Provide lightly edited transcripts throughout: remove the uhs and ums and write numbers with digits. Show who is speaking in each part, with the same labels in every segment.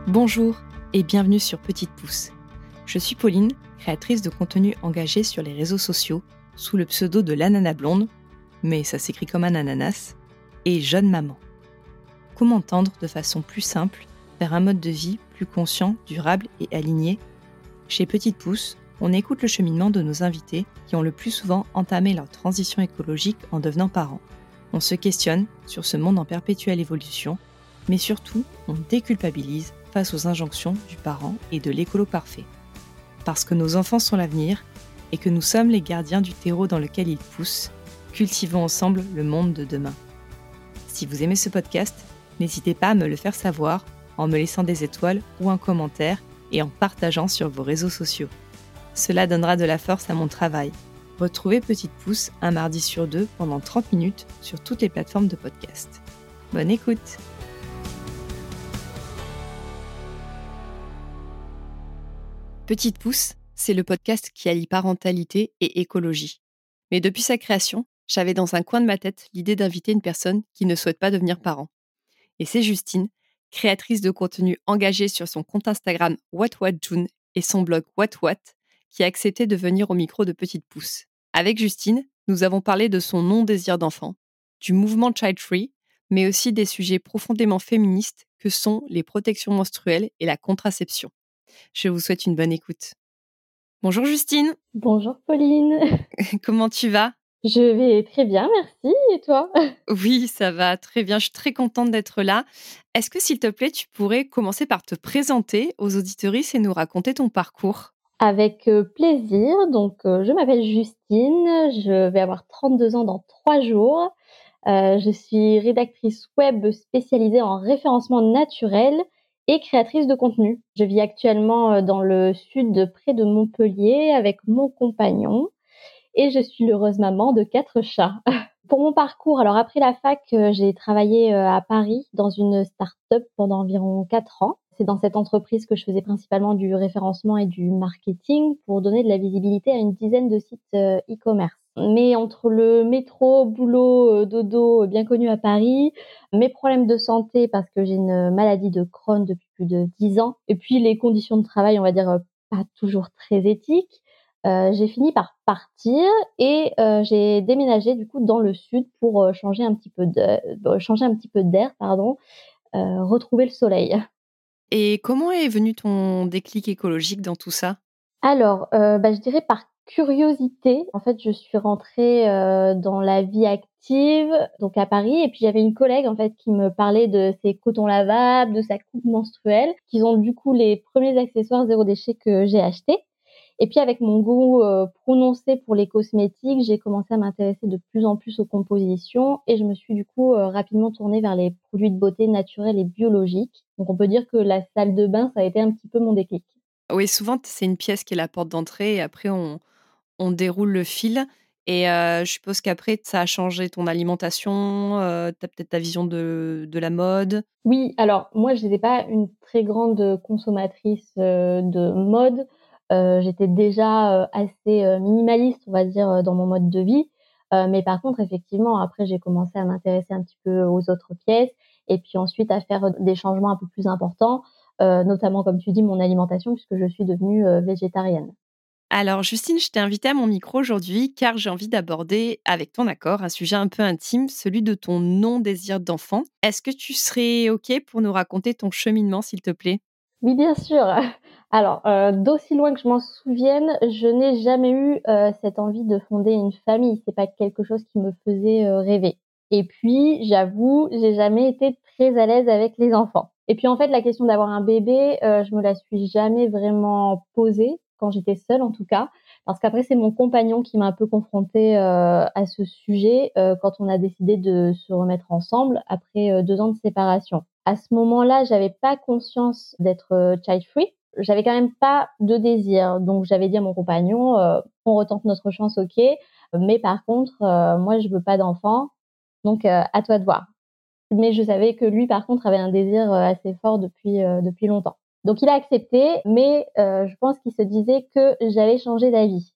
Speaker 1: Bonjour et bienvenue sur Petite Pouce. Je suis Pauline, créatrice de contenu engagé sur les réseaux sociaux sous le pseudo de l'Anana Blonde, mais ça s'écrit comme un ananas, et jeune maman. Comment tendre de façon plus simple vers un mode de vie plus conscient, durable et aligné? Chez Petite Pouce, on écoute le cheminement de nos invités qui ont le plus souvent entamé leur transition écologique en devenant parents. On se questionne sur ce monde en perpétuelle évolution, mais surtout, on déculpabilise face aux injonctions du parent et de l'écolo parfait. Parce que nos enfants sont l'avenir et que nous sommes les gardiens du terreau dans lequel ils poussent, cultivons ensemble le monde de demain. Si vous aimez ce podcast, n'hésitez pas à me le faire savoir en me laissant des étoiles ou un commentaire et en partageant sur vos réseaux sociaux. Cela donnera de la force à mon travail. Retrouvez Petite Pouce un mardi sur 2 pendant 30 minutes sur toutes les plateformes de podcast. Bonne écoute! Petite Pouce, c'est le podcast qui allie parentalité et écologie. Mais depuis sa création, j'avais dans un coin de ma tête l'idée d'inviter une personne qui ne souhaite pas devenir parent. Et c'est Justine, créatrice de contenu engagée sur son compte Instagram WhatWhatJune et son blog WhatWhat, qui a accepté de venir au micro de Petite Pouce. Avec Justine, nous avons parlé de son non-désir d'enfant, du mouvement Child Free, mais aussi des sujets profondément féministes que sont les protections menstruelles et la contraception. Je vous souhaite une bonne écoute. Bonjour Justine.
Speaker 2: Bonjour Pauline.
Speaker 1: Comment tu vas?
Speaker 2: Je vais très bien, merci. Et toi?
Speaker 1: Oui, ça va très bien. Je suis très contente d'être là. Est-ce que, s'il te plaît, tu pourrais commencer par te présenter aux auditorices et nous raconter ton parcours?
Speaker 2: Avec plaisir. Donc, je m'appelle Justine, je vais avoir 32 ans dans 3 jours. Je suis rédactrice web spécialisée en référencement naturel et créatrice de contenu. Je vis actuellement, dans le sud, près de Montpellier, avec mon compagnon et je suis l'heureuse maman de 4 chats. Pour mon parcours, alors après la fac, j'ai travaillé, à Paris dans une start-up pendant environ 4 ans. C'est dans cette entreprise que je faisais principalement du référencement et du marketing pour donner de la visibilité à une dizaine de sites, e-commerce. Mais entre le métro, boulot, dodo, bien connu à Paris, mes problèmes de santé parce que j'ai une maladie de Crohn depuis plus de 10 ans et puis les conditions de travail, on va dire, pas toujours très éthiques, j'ai fini par partir et j'ai déménagé du coup dans le sud pour, changer un petit peu d'air, pardon, retrouver le soleil.
Speaker 1: Et comment est venu ton déclic écologique dans tout ça?
Speaker 2: Alors, je dirais par curiosité. En fait, je suis rentrée, dans la vie active, donc à Paris et puis j'avais une collègue en fait qui me parlait de ses cotons lavables, de sa coupe menstruelle, qui sont du coup les premiers accessoires zéro déchet que j'ai achetés. Et puis avec mon goût, prononcé pour les cosmétiques, j'ai commencé à m'intéresser de plus en plus aux compositions et je me suis du coup, rapidement tournée vers les produits de beauté naturels et biologiques. Donc on peut dire que la salle de bain, ça a été un petit peu mon déclic.
Speaker 1: Oui, souvent, c'est une pièce qui est la porte d'entrée et après on déroule le fil et je suppose qu'après ça a changé ton alimentation, tu peut-être ta vision de la mode?
Speaker 2: Oui, alors moi, je n'étais pas une très grande consommatrice, de mode. J'étais déjà, assez, minimaliste, on va dire, dans mon mode de vie. Mais par contre, effectivement, après, j'ai commencé à m'intéresser un petit peu aux autres pièces et puis ensuite à faire, des changements un peu plus importants, notamment, comme tu dis, mon alimentation puisque je suis devenue, végétarienne.
Speaker 1: Alors Justine, je t'ai invitée à mon micro aujourd'hui car j'ai envie d'aborder, avec ton accord, un sujet un peu intime, celui de ton non-désir d'enfant. Est-ce que tu serais OK pour nous raconter ton cheminement, s'il te plaît?
Speaker 2: Oui, bien sûr. Alors, d'aussi loin que je m'en souvienne, je n'ai jamais eu, cette envie de fonder une famille. C'est pas quelque chose qui me faisait, rêver. Et puis, j'avoue, j'ai jamais été très à l'aise avec les enfants. Et puis, en fait, la question d'avoir un bébé, je me la suis jamais vraiment posée, quand j'étais seule en tout cas. Parce qu'après, c'est mon compagnon qui m'a un peu confrontée, à ce sujet, quand on a décidé de se remettre ensemble après, 2 ans de séparation. À ce moment-là, j'avais pas conscience d'être, child free. J'avais quand même pas de désir, donc j'avais dit à mon compagnon, «On retente notre chance, OK, mais par contre, moi je veux pas d'enfant, donc à toi de voir». Mais je savais que lui, par contre, avait un désir, assez fort depuis longtemps. Donc il a accepté, mais je pense qu'il se disait que j'allais changer d'avis.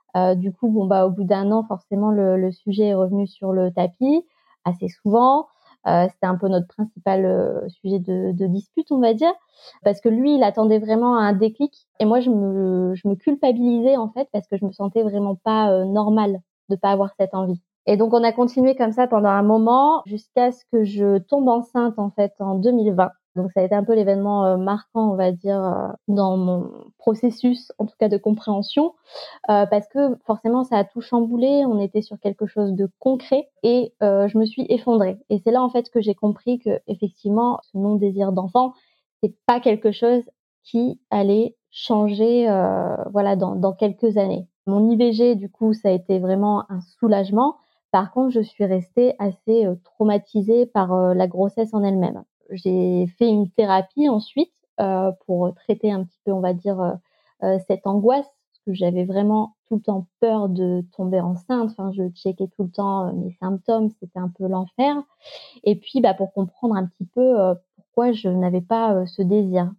Speaker 2: Du coup, bon, au bout d'1 an, forcément le sujet est revenu sur le tapis assez souvent. C'était un peu notre principal, sujet de dispute, on va dire, parce que lui, il attendait vraiment un déclic et moi je me culpabilisais, en fait, parce que je me sentais vraiment pas, normale de pas avoir cette envie et donc on a continué comme ça pendant un moment jusqu'à ce que je tombe enceinte, en fait, en 2020. Donc ça a été un peu l'événement, marquant, on va dire, dans mon processus, en tout cas de compréhension, parce que forcément ça a tout chamboulé. On était sur quelque chose de concret et je me suis effondrée et c'est là, en fait, que j'ai compris qu'effectivement ce non-désir d'enfant, c'est pas quelque chose qui allait changer, voilà, dans quelques années. Mon IVG, du coup, ça a été vraiment un soulagement. Par contre, je suis restée assez, traumatisée par, la grossesse en elle-même. J'ai fait une thérapie ensuite, pour traiter un petit peu, on va dire, cette angoisse, parce que j'avais vraiment tout le temps peur de tomber enceinte. Enfin, je checkais tout le temps, mes symptômes, c'était un peu l'enfer et puis, bah, pour comprendre un petit peu, pourquoi je n'avais pas, ce désir.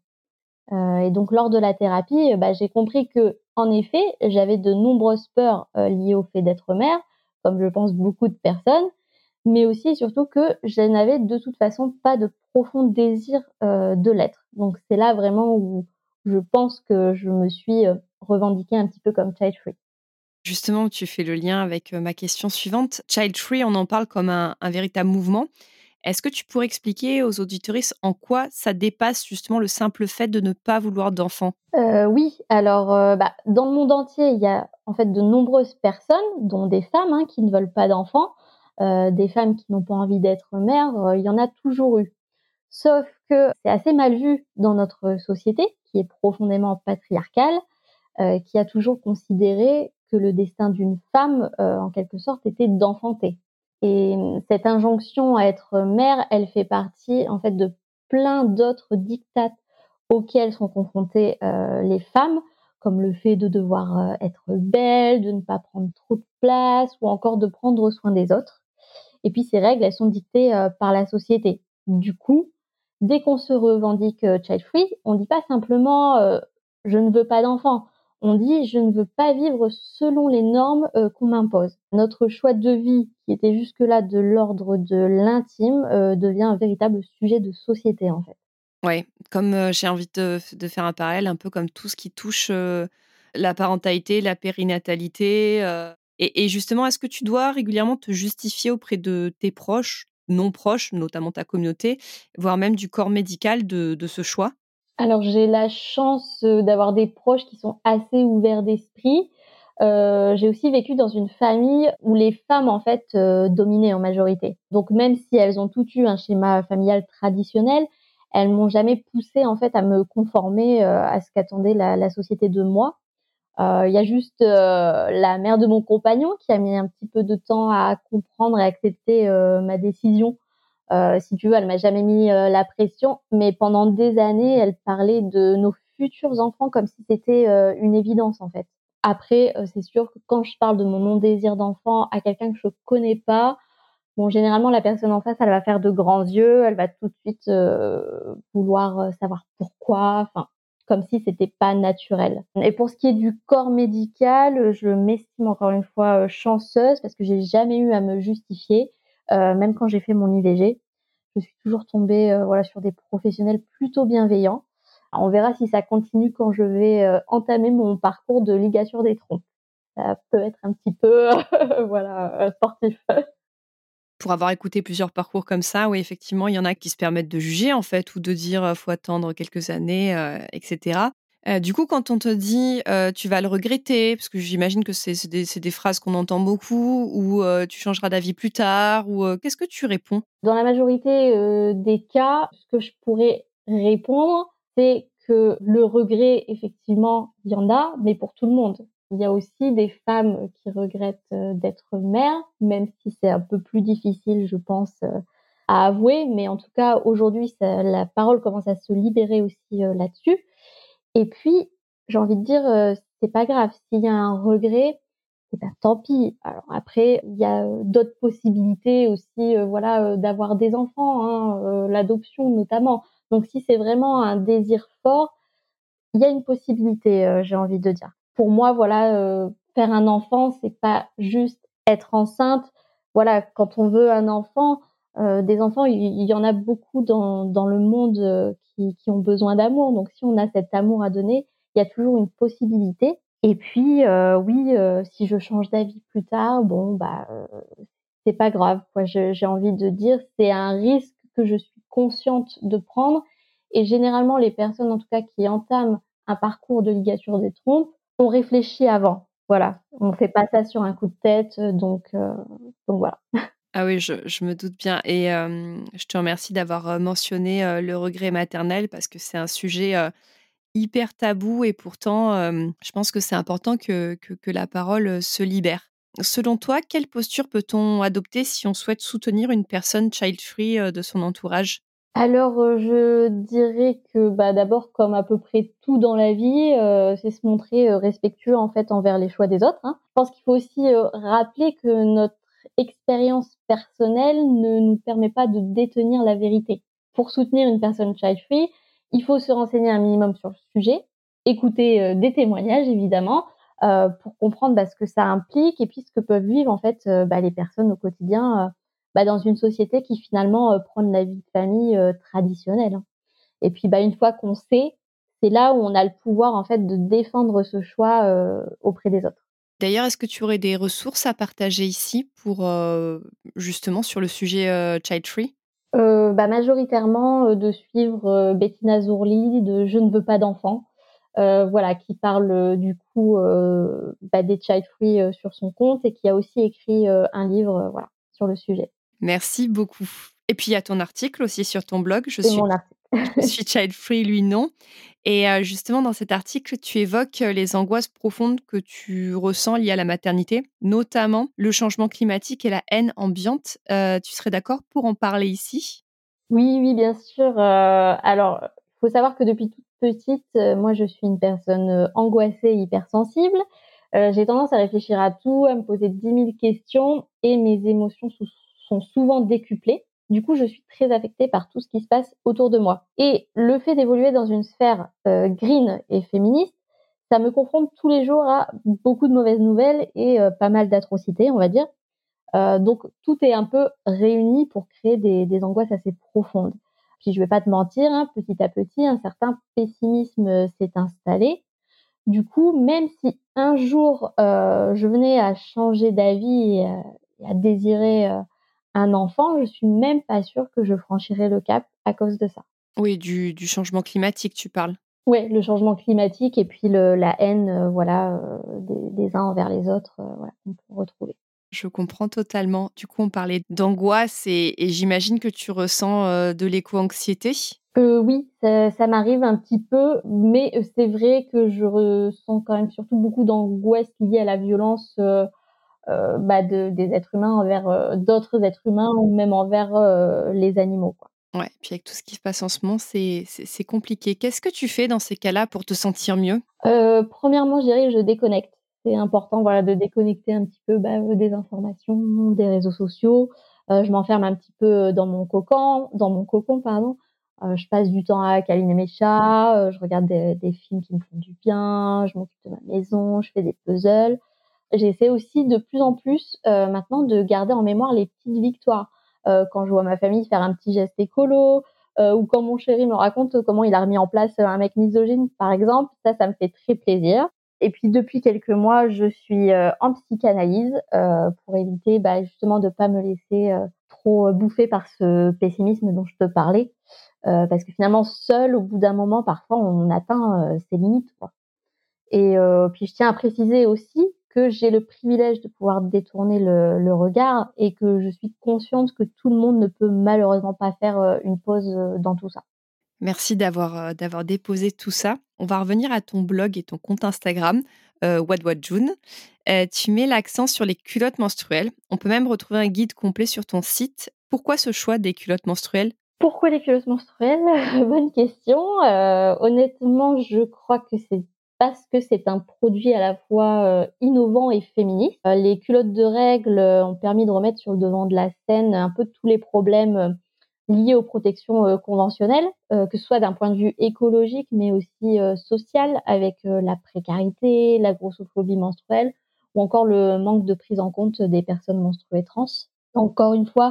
Speaker 2: Et donc lors de la thérapie, bah, j'ai compris qu'en effet, j'avais de nombreuses peurs, liées au fait d'être mère, comme je pense beaucoup de personnes, mais aussi et surtout que je n'avais de toute façon pas de profond désir, de l'être. Donc c'est là vraiment où je pense que je me suis, revendiquée un petit peu comme child free.
Speaker 1: Justement, tu fais le lien avec ma question suivante. Child Free, on en parle comme un véritable mouvement. Est-ce que tu pourrais expliquer aux auditoristes en quoi ça dépasse justement le simple fait de ne pas vouloir d'enfant?
Speaker 2: Oui, alors, bah, dans le monde entier, il y a en fait de nombreuses personnes, dont des femmes, hein, qui ne veulent pas d'enfants, des femmes qui n'ont pas envie d'être mères, il y en a toujours eu. Sauf que c'est assez mal vu dans notre société, qui est profondément patriarcale, qui a toujours considéré que le destin d'une femme, en quelque sorte, était d'enfanter. Et cette injonction à être mère, elle fait partie, en fait, de plein d'autres diktats auxquels sont confrontées, les femmes, comme le fait de devoir, être belle, de ne pas prendre trop de place ou encore de prendre soin des autres. Et puis ces règles, elles sont dictées, par la société. Du coup, dès qu'on se revendique, child free, on dit pas simplement, «Je ne veux pas d'enfant». On dit: «Je ne veux pas vivre selon les normes, qu'on m'impose». Notre choix de vie, qui était jusque-là de l'ordre de l'intime, devient un véritable sujet de société, en fait.
Speaker 1: Ouais, comme, j'ai envie de faire un parallèle, un peu comme tout ce qui touche, la parentalité, la périnatalité, et justement, est-ce que tu dois régulièrement te justifier auprès de tes proches, non proches, notamment ta communauté, voire même du corps médical de ce choix?
Speaker 2: Alors j'ai la chance, d'avoir des proches qui sont assez ouverts d'esprit. J'ai aussi vécu dans une famille où les femmes, en fait, dominaient en majorité. Donc même si elles ont toutes eu un schéma familial traditionnel, elles m'ont jamais poussée, en fait, à me conformer, à ce qu'attendait la société de moi. Il y a juste, la mère de mon compagnon qui a mis un petit peu de temps à comprendre et accepter, ma décision. Si tu veux, elle m'a jamais mis, la pression, mais pendant des années, elle parlait de nos futurs enfants comme si c'était, une évidence, en fait. Après, c'est sûr que quand je parle de mon non-désir d'enfant à quelqu'un que je connais pas, bon, généralement, la personne en face, elle va faire de grands yeux, elle va tout de suite, vouloir, savoir pourquoi, enfin, comme si c'était pas naturel. Et pour ce qui est du corps médical, je m'estime encore une fois, chanceuse parce que j'ai jamais eu à me justifier, même quand j'ai fait mon IVG. Je suis toujours tombée, voilà, sur des professionnels plutôt bienveillants. Alors on verra si ça continue quand je vais, entamer mon parcours de ligature des trompes. Ça peut être un petit peu, voilà, sportif.
Speaker 1: Pour avoir écouté plusieurs parcours comme ça, oui, effectivement, il y en a qui se permettent de juger, en fait, ou de dire, «Faut attendre quelques années», et cetera. Du coup, quand on te dit, «Tu vas le regretter», parce que j'imagine que c'est des phrases qu'on entend beaucoup, ou, «Tu changeras d'avis plus tard», ou, qu'est-ce que tu réponds?
Speaker 2: Dans la majorité, des cas, ce que je pourrais répondre, c'est que le regret, effectivement, il y en a, mais pour tout le monde. Il y a aussi des femmes qui regrettent, d'être mères, même si c'est un peu plus difficile, je pense, à avouer. Mais en tout cas, aujourd'hui, ça la parole commence à se libérer aussi, là-dessus. Et puis, j'ai envie de dire, c'est pas grave. S'il y a un regret, et ben, tant pis. Alors après, il y a, d'autres possibilités aussi, voilà, d'avoir des enfants, hein, l'adoption notamment. Donc si c'est vraiment un désir fort, il y a une possibilité, j'ai envie de dire. Pour moi, voilà, faire un enfant, c'est pas juste être enceinte. Voilà, quand on veut un enfant, Des enfants, il y en a beaucoup dans le monde, qui ont besoin d'amour. Donc si on a cet amour à donner, il y a toujours une possibilité. Et puis, oui, si je change d'avis plus tard, bon, bah, c'est pas grave, quoi. J'ai envie de dire, c'est un risque que je suis consciente de prendre et généralement, les personnes, en tout cas, qui entament un parcours de ligature des trompes, ont réfléchi avant. Voilà, on fait pas ça sur un coup de tête, donc voilà.
Speaker 1: Ah oui, je me doute bien et je te remercie d'avoir, mentionné, le regret maternel parce que c'est un sujet, hyper tabou et pourtant, je pense que c'est important que la parole, se libère. Selon toi, quelle posture peut-on adopter si on souhaite soutenir une personne child free, de son entourage?
Speaker 2: Alors, je dirais que, bah, d'abord, comme à peu près tout dans la vie, c'est se montrer, respectueux, en fait, envers les choix des autres, hein. Je pense qu'il faut aussi, rappeler que notre expérience personnelle ne nous permet pas de détenir la vérité. Pour soutenir une personne child free, il faut se renseigner un minimum sur le sujet, écouter, des témoignages évidemment, pour comprendre, bah, ce que ça implique et puis ce que peuvent vivre, en fait, bah, les personnes au quotidien, bah, dans une société qui finalement, prône la vie de famille, traditionnelle, hein. Et puis, bah, une fois qu'on sait, c'est là où on a le pouvoir en fait de défendre ce choix, auprès des autres.
Speaker 1: D'ailleurs, est-ce que tu aurais des ressources à partager ici pour, justement sur le sujet, child free?
Speaker 2: Bah, majoritairement, de suivre, Bettina Zurli de «Je ne veux pas d'enfant», voilà, qui parle, du coup, bah, des child free, sur son compte et qui a aussi écrit, un livre, voilà, sur le sujet.
Speaker 1: Merci beaucoup et puis il y a ton article aussi sur ton blog,
Speaker 2: C'est mon article.
Speaker 1: Je suis child free, lui non et justement dans cet article, tu évoques, les angoisses profondes que tu ressens liées à la maternité, notamment le changement climatique et la haine ambiante. Tu serais d'accord pour en parler ici?
Speaker 2: Oui, oui, bien sûr, alors, il faut savoir que depuis toute petite, moi, je suis une personne, angoissée et hypersensible. J'ai tendance à réfléchir à tout, à me poser 10 000 questions et mes émotions sont souvent décuplées. Du coup, je suis très affectée par tout ce qui se passe autour de moi et le fait d'évoluer dans une sphère, green et féministe, ça me confronte tous les jours à beaucoup de mauvaises nouvelles et pas mal d'atrocités, on va dire. Donc tout est un peu réuni pour créer des angoisses assez profondes. Puis je vais pas te mentir, hein, petit à petit, un certain pessimisme, s'est installé. Du coup, même si un jour, je venais à changer d'avis et à désirer, un enfant, je suis même pas sûre que je franchirais le cap à cause de ça.
Speaker 1: Oui, du changement climatique, tu parles?
Speaker 2: Ouais, le changement climatique et puis la haine, voilà, des uns envers les autres, voilà, qu'on peut retrouver.
Speaker 1: Je comprends totalement. Du coup, on parlait d'angoisse et j'imagine que tu ressens, de l'éco-anxiété?
Speaker 2: Oui, ça m'arrive un petit peu, mais c'est vrai que je ressens quand même surtout beaucoup d'angoisse liée à la violence, bah, des êtres humains envers, d'autres êtres humains ou même envers, les animaux, quoi.
Speaker 1: Ouais, puis avec tout ce qui se passe en ce moment, c'est compliqué. Qu'est-ce que tu fais dans ces cas-là pour te sentir mieux?
Speaker 2: Premièrement, je dirais que je déconnecte. C'est important, voilà, de déconnecter un petit peu, bah, des informations, des réseaux sociaux. Je m'enferme un petit peu, dans mon cocon, pardon. Je passe du temps à câliner mes chats, je regarde des films qui me font du bien, je m'occupe de ma maison, je fais des puzzles. J'essaie aussi de plus en plus, maintenant de garder en mémoire les petites victoires. Quand je vois ma famille faire un petit geste écolo, ou quand mon chéri me raconte comment il a remis en place, un mec misogyne, par exemple, ça me fait très plaisir. Et puis depuis quelques mois, je suis, en psychanalyse, pour éviter, bah, justement de pas me laisser, trop, bouffer par ce pessimisme dont je te parlais. Parce que finalement seul, au bout d'un moment, parfois on atteint, ses limites, quoi. Et puis je tiens à préciser aussi que j'ai le privilège de pouvoir détourner le regard et que je suis consciente que tout le monde ne peut malheureusement pas faire, une pause, dans tout ça.
Speaker 1: Merci d'avoir déposé tout ça. On va revenir à ton blog et ton compte Instagram, What What June. Tu mets l'accent sur les culottes menstruelles. On peut même retrouver un guide complet sur ton site. Pourquoi ce choix des culottes menstruelles?
Speaker 2: Pourquoi les culottes menstruelles? Bonne question. Honnêtement, je crois que c'est parce que c'est un produit à la fois, innovant et féministe. Les culottes de règles, ont permis de remettre sur le devant de la scène un peu tous les problèmes, liés aux protections, conventionnelles, que ce soit d'un point de vue écologique, mais aussi, social avec, la précarité, la grossophobie menstruelle ou encore le manque de prise en compte des personnes menstruées trans. Encore une fois,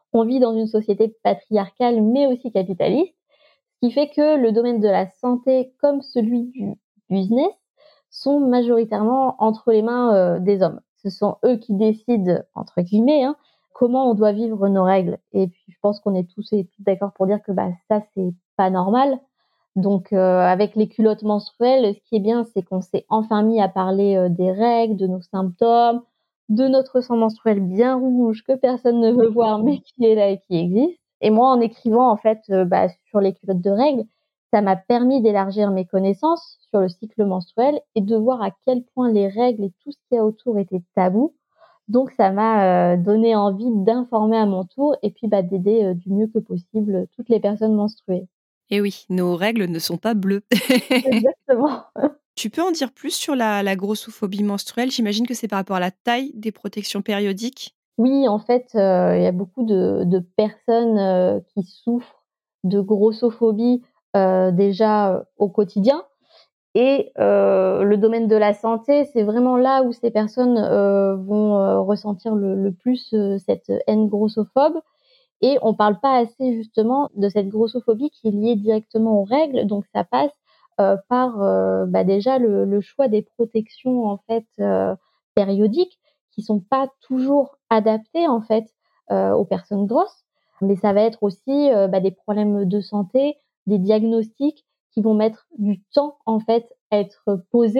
Speaker 2: On vit dans une société patriarcale, mais aussi capitaliste, ce qui fait que le domaine de la santé, comme celui du business, sont majoritairement entre les mains des hommes. Ce sont eux qui décident, entre guillemets, hein, comment on doit vivre nos règles. Et puis, je pense qu'on est tous et toutes d'accord pour dire que ça, c'est pas normal. Donc, avec les culottes menstruelles, ce qui est bien, c'est qu'on s'est enfin mis à parler des règles, de nos symptômes, de notre sang menstruel bien rouge que personne ne veut voir, mais qui est là et qui existe. Et moi, en écrivant en fait sur les culottes de règles, ça m'a permis d'élargir mes connaissances sur le cycle menstruel et de voir à quel point les règles et tout ce qu'il y a autour étaient tabous. Donc ça m'a donné envie d'informer à mon tour et puis d'aider du mieux que possible toutes les personnes menstruées.
Speaker 1: Et oui, nos règles ne sont pas bleues.
Speaker 2: Exactement.
Speaker 1: Tu peux en dire plus sur la grossophobie menstruelle? J'imagine que c'est par rapport à la taille des protections périodiques?
Speaker 2: Oui, en fait, il y a beaucoup de personnes qui souffrent de grossophobie, déjà au quotidien. Et le domaine de la santé, c'est vraiment là où ces personnes vont ressentir le plus cette haine grossophobe. Et on parle pas assez justement de cette grossophobie qui est liée directement aux règles. Donc ça passe par déjà le choix des protections en fait périodiques qui sont pas toujours adaptées en fait aux personnes grosses. Mais ça va être aussi des problèmes de santé, des diagnostics qui vont mettre du temps en fait à être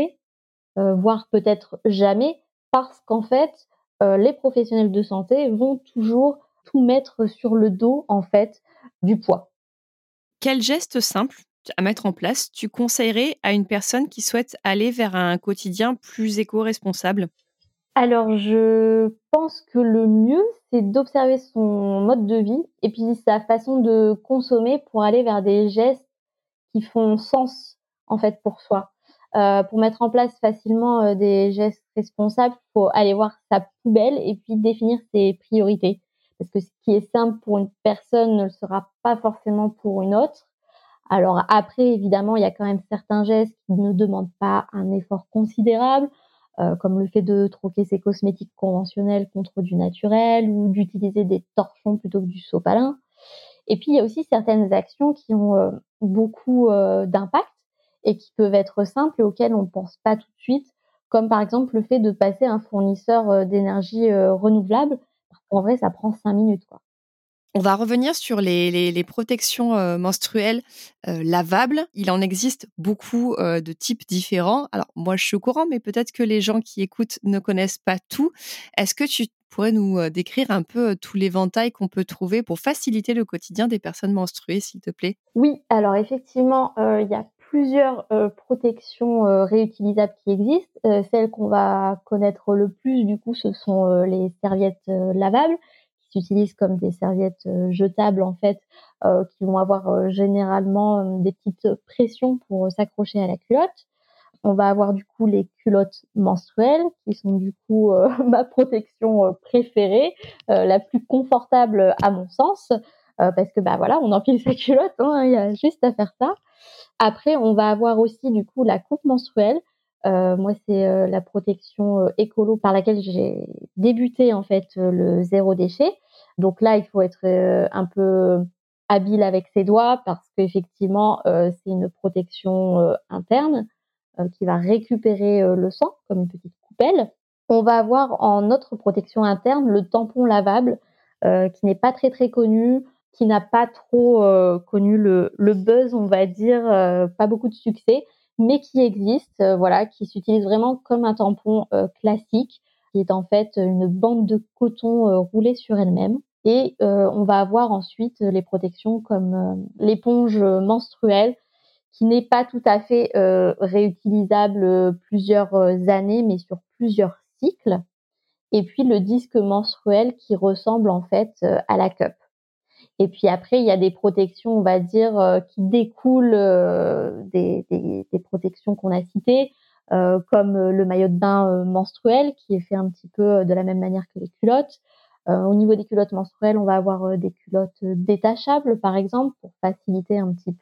Speaker 2: posés, voire peut-être jamais, parce qu'en fait les professionnels de santé vont toujours tout mettre sur le dos, en fait, du poids.
Speaker 1: Quel geste simple à mettre en place tu conseillerais à une personne qui souhaite aller vers un quotidien plus éco-responsable?
Speaker 2: Alors je pense que le mieux, c'est d'observer son mode de vie et puis sa façon de consommer pour aller vers des gestes qui font sens, en fait, pour soi. Pour mettre en place facilement des gestes responsables, il faut aller voir sa poubelle et puis définir ses priorités. Parce que ce qui est simple pour une personne ne le sera pas forcément pour une autre. Alors après, évidemment, il y a quand même certains gestes qui ne demandent pas un effort considérable, comme le fait de troquer ses cosmétiques conventionnels contre du naturel ou d'utiliser des torchons plutôt que du sopalin. Et puis, il y a aussi certaines actions qui ont beaucoup d'impact et qui peuvent être simples et auxquelles on ne pense pas tout de suite, comme par exemple le fait de passer un fournisseur d'énergie renouvelable. En vrai, ça prend 5 minutes, quoi.
Speaker 1: On va revenir sur les protections, menstruelles, lavables. Il en existe beaucoup, de types différents. Alors moi, je suis au courant, mais peut-être que les gens qui écoutent ne connaissent pas tout. Est-ce que tu pourrais nous, décrire un peu, tout l'éventail qu'on peut trouver pour faciliter le quotidien des personnes menstruées, s'il te plaît?
Speaker 2: Oui, alors effectivement, il y a plusieurs protections réutilisables qui existent. Celles qu'on va connaître le plus, du coup, ce sont les serviettes lavables, qui s'utilisent comme des serviettes jetables, en fait, qui vont avoir généralement des petites pressions pour s'accrocher à la culotte. On va avoir, du coup, les culottes menstruelles qui sont, du coup, ma protection préférée, la plus confortable à mon sens, parce que, voilà, on empile sa culotte, hein, il y a juste à faire ça. Après, on va avoir aussi, du coup, la coupe menstruelle. Moi, c'est la protection écolo par laquelle j'ai débuté, en fait, le zéro déchet. Donc là, il faut être un peu habile avec ses doigts parce qu'effectivement, c'est une protection interne, qui va récupérer le sang comme une petite coupelle. On va avoir en autre protection interne le tampon lavable, qui n'est pas très, très connu, qui n'a pas trop connu le buzz, on va dire, pas beaucoup de succès, mais qui existe, voilà, qui s'utilise vraiment comme un tampon classique, qui est en fait une bande de coton roulée sur elle-même. Et on va avoir ensuite les protections comme l'éponge menstruelle, qui n'est pas tout à fait réutilisable plusieurs années, mais sur plusieurs cycles. Et puis le disque menstruel qui ressemble en fait à la cup. Et puis après, il y a des protections, on va dire, qui découlent des protections qu'on a citées, comme le maillot de bain menstruel qui est fait un petit peu de la même manière que les culottes. Au niveau des culottes menstruelles, on va avoir des culottes détachables, par exemple, pour faciliter un petit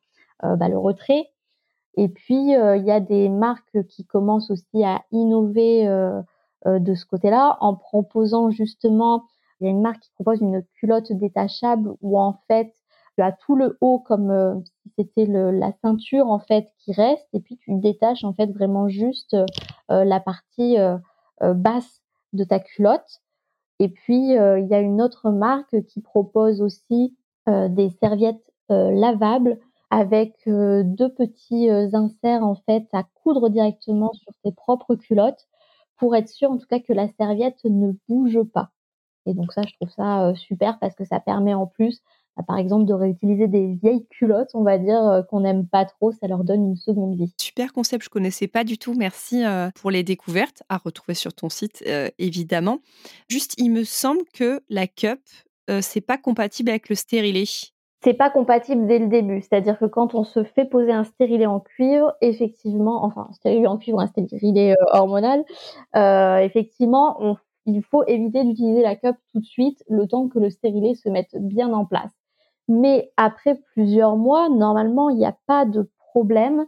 Speaker 2: peu le retrait. Et puis il y a des marques qui commencent aussi à innover de ce côté-là, en proposant justement Il y a une marque qui propose une culotte détachable où en fait, tu as tout le haut comme, si c'était la ceinture en fait qui reste et puis tu détaches en fait vraiment juste, la partie, basse de ta culotte. Et puis, il y a une autre marque qui propose aussi, des serviettes, lavables avec, 2 petits, inserts en fait à coudre directement sur tes propres culottes pour être sûr en tout cas que la serviette ne bouge pas. Et donc ça, je trouve ça, super parce que ça permet en plus, bah, par exemple, de réutiliser des vieilles culottes, on va dire, qu'on n'aime pas trop, ça leur donne une seconde vie.
Speaker 1: Super concept, je connaissais pas du tout. Merci, pour les découvertes à retrouver sur ton site, évidemment. Juste, il me semble que la cup, c'est pas compatible avec le stérilet.
Speaker 2: C'est pas compatible dès le début, c'est-à-dire que quand on se fait poser un stérilet en cuivre, effectivement, enfin, un stérilet en cuivre, un stérilet, hormonal, effectivement, il faut éviter d'utiliser la cup tout de suite, le temps que le stérilet se mette bien en place. Mais après plusieurs mois, normalement, il y a pas de problème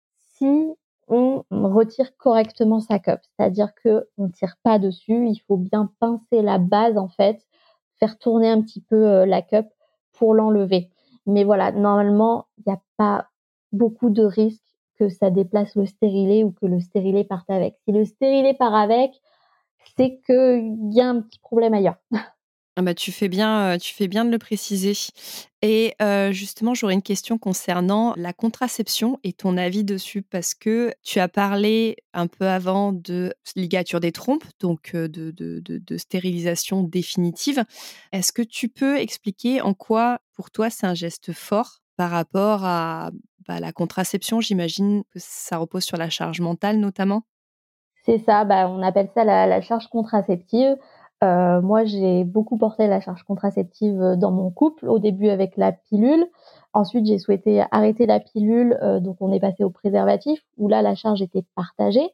Speaker 2: si on retire correctement sa cup. C'est-à-dire qu'on tire pas dessus, il faut bien pincer la base, en fait, faire tourner un petit peu, la cup pour l'enlever. Mais voilà, normalement, il y a pas beaucoup de risques que ça déplace le stérilet ou que le stérilet parte avec. Si le stérilet part avec, c'est qu'il y a un petit problème ailleurs.
Speaker 1: Ah bah, tu fais bien de le préciser et justement, j'aurais une question concernant la contraception et ton avis dessus parce que tu as parlé un peu avant de ligature des trompes, donc de stérilisation définitive. Est-ce que tu peux expliquer en quoi, pour toi, c'est un geste fort par rapport à, bah, la contraception? J'imagine que ça repose sur la charge mentale notamment?
Speaker 2: C'est ça, bah, on appelle ça la charge contraceptive. Moi, j'ai beaucoup porté la charge contraceptive, dans mon couple, au début avec la pilule. Ensuite, j'ai souhaité arrêter la pilule, donc on est passé au préservatif où là, la charge était partagée.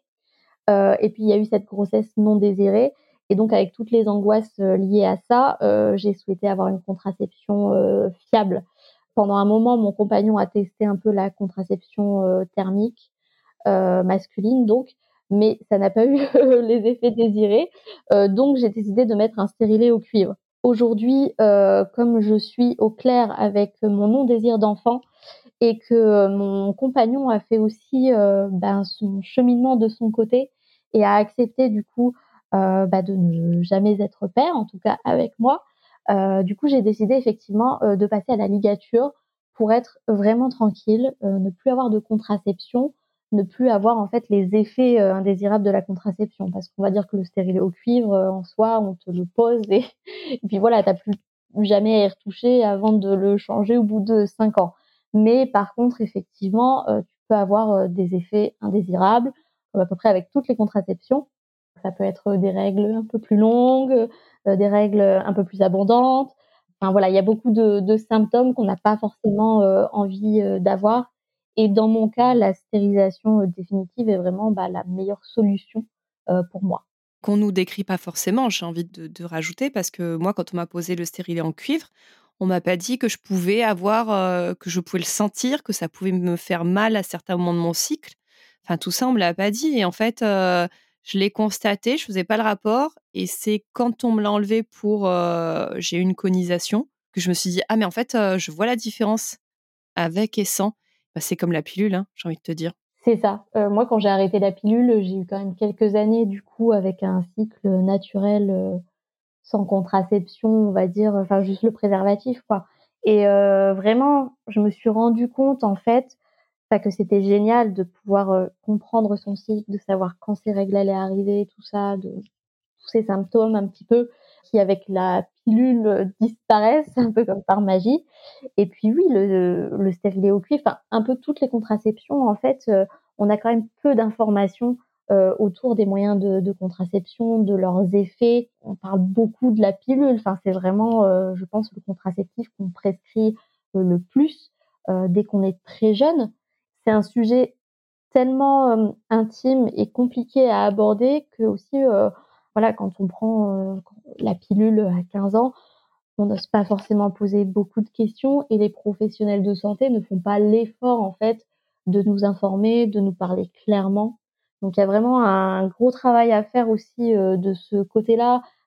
Speaker 2: Et puis il y a eu cette grossesse non désirée et donc avec toutes les angoisses, liées à ça, j'ai souhaité avoir une contraception, fiable. Pendant un moment, mon compagnon a testé un peu la contraception, thermique, masculine donc, mais ça n'a pas eu les effets désirés, donc j'ai décidé de mettre un stérilet au cuivre. Aujourd'hui, comme je suis au clair avec mon non-désir d'enfant et que, mon compagnon a fait aussi, ben, son cheminement de son côté et a accepté du coup, bah, de ne jamais être père, en tout cas avec moi. Du coup, j'ai décidé effectivement, de passer à la ligature pour être vraiment tranquille, ne plus avoir de contraception, ne plus avoir en fait les effets, indésirables de la contraception. Parce qu'on va dire que le stérilet au cuivre, en soi, on te le pose et et puis voilà, tu as plus jamais à y retoucher avant de le changer au bout de 5 ans. Mais par contre, effectivement, tu peux avoir, des effets indésirables, comme à peu près avec toutes les contraceptions. Ça peut être, des règles un peu plus longues, des règles, un peu plus abondantes. Enfin voilà, il y a beaucoup de symptômes qu'on n'a pas forcément, envie, d'avoir et dans mon cas, la stérilisation, définitive est vraiment, bah, la meilleure solution, pour moi.
Speaker 1: Qu'on nous décrit pas forcément, j'ai envie de rajouter parce que moi, quand on m'a posé le stérilet en cuivre, on m'a pas dit que je pouvais avoir, que je pouvais le sentir, que ça pouvait me faire mal à certains moments de mon cycle. Enfin, tout ça, on me l'a pas dit et en fait, je l'ai constaté, je faisais pas le rapport et c'est quand on me l'a enlevé pour, j'ai eu une conisation, que je me suis dit: «Ah mais en fait, je vois la différence avec et sans». Bah, c'est comme la pilule, hein, j'ai envie de te dire.
Speaker 2: C'est ça. Moi, quand j'ai arrêté la pilule, j'ai eu quand même quelques années, du coup, avec un cycle, naturel, sans contraception, on va dire, enfin juste le préservatif, quoi et vraiment, je me suis rendu compte, en fait, bah, que c'était génial de pouvoir, comprendre son cycle, de savoir quand ses règles allaient arriver, tout ça, de tous ces symptômes un petit peu qui, avec la pilule, disparaissent un peu comme par magie et puis oui, le stérilet au cuivre, enfin un peu toutes les contraceptions en fait, on a quand même peu d'informations, autour des moyens de contraception, de leurs effets. On parle beaucoup de la pilule, enfin c'est vraiment, je pense le contraceptif qu'on prescrit, le plus, dès qu'on est très jeune. C'est un sujet tellement, intime et compliqué à aborder que aussi, voilà quand on prend, la pilule à 15 ans, on n'ose pas forcément poser beaucoup de questions et les professionnels de santé ne font pas l'effort, en fait, de nous informer, de nous parler clairement. Donc il y a vraiment un gros travail à faire aussi, de ce côté-là,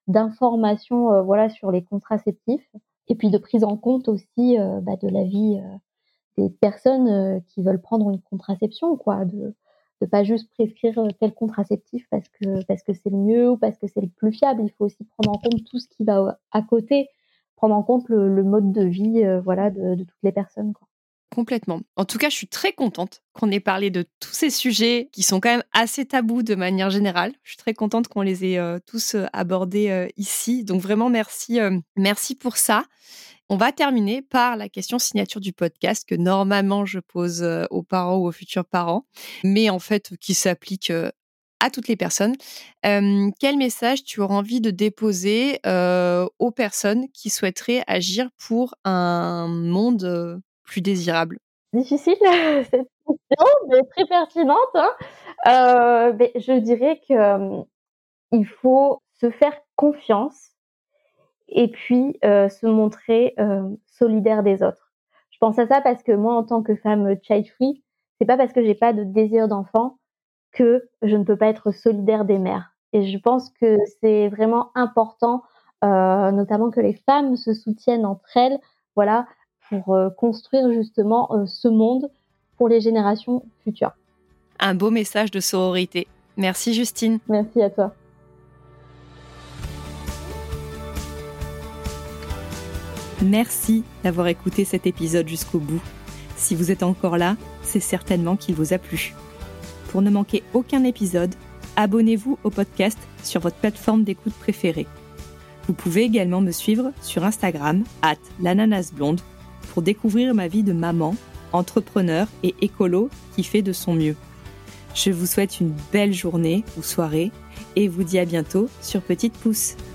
Speaker 2: d'informations, voilà, sur les contraceptifs et puis de prise en compte aussi, de la vie, des personnes, qui veulent prendre une contraception quoi, de pas juste prescrire, tel contraceptif parce que c'est le mieux ou parce que c'est le plus fiable. Il faut aussi prendre en compte tout ce qui va, à côté, prendre en compte le mode de vie, voilà, de toutes les personnes, quoi.
Speaker 1: Complètement. En tout cas, je suis très contente qu'on ait parlé de tous ces sujets qui sont quand même assez tabous de manière générale. Je suis très contente qu'on les ait tous abordés ici. Donc vraiment, merci pour ça. On va terminer par la question signature du podcast que normalement je pose aux parents ou aux futurs parents, mais en fait qui s'applique à toutes les personnes. Quel message tu auras envie de déposer aux personnes qui souhaiteraient agir pour un monde plus désirable?
Speaker 2: Difficile cette question, mais très pertinente, hein. Beh, je dirais que, il faut se faire confiance et puis, se montrer, solidaire des autres. Je pense à ça parce que moi, en tant que femme, child free, c'est pas parce que j'ai pas de désir d'enfant que je ne peux pas être solidaire des mères et je pense que c'est vraiment important, notamment que les femmes se soutiennent entre elles, voilà, pour, construire justement, ce monde pour les générations futures.
Speaker 1: Un beau message de sororité. Merci Justine.
Speaker 2: Merci à toi.
Speaker 1: Merci d'avoir écouté cet épisode jusqu'au bout. Si vous êtes encore là, c'est certainement qu'il vous a plu. Pour ne manquer aucun épisode, abonnez-vous au podcast sur votre plateforme d'écoute préférée. Vous pouvez également me suivre sur Instagram @l'ananasblonde pour découvrir ma vie de maman, entrepreneur et écolo qui fait de son mieux. Je vous souhaite une belle journée ou soirée et vous dis à bientôt sur Petite Pouce.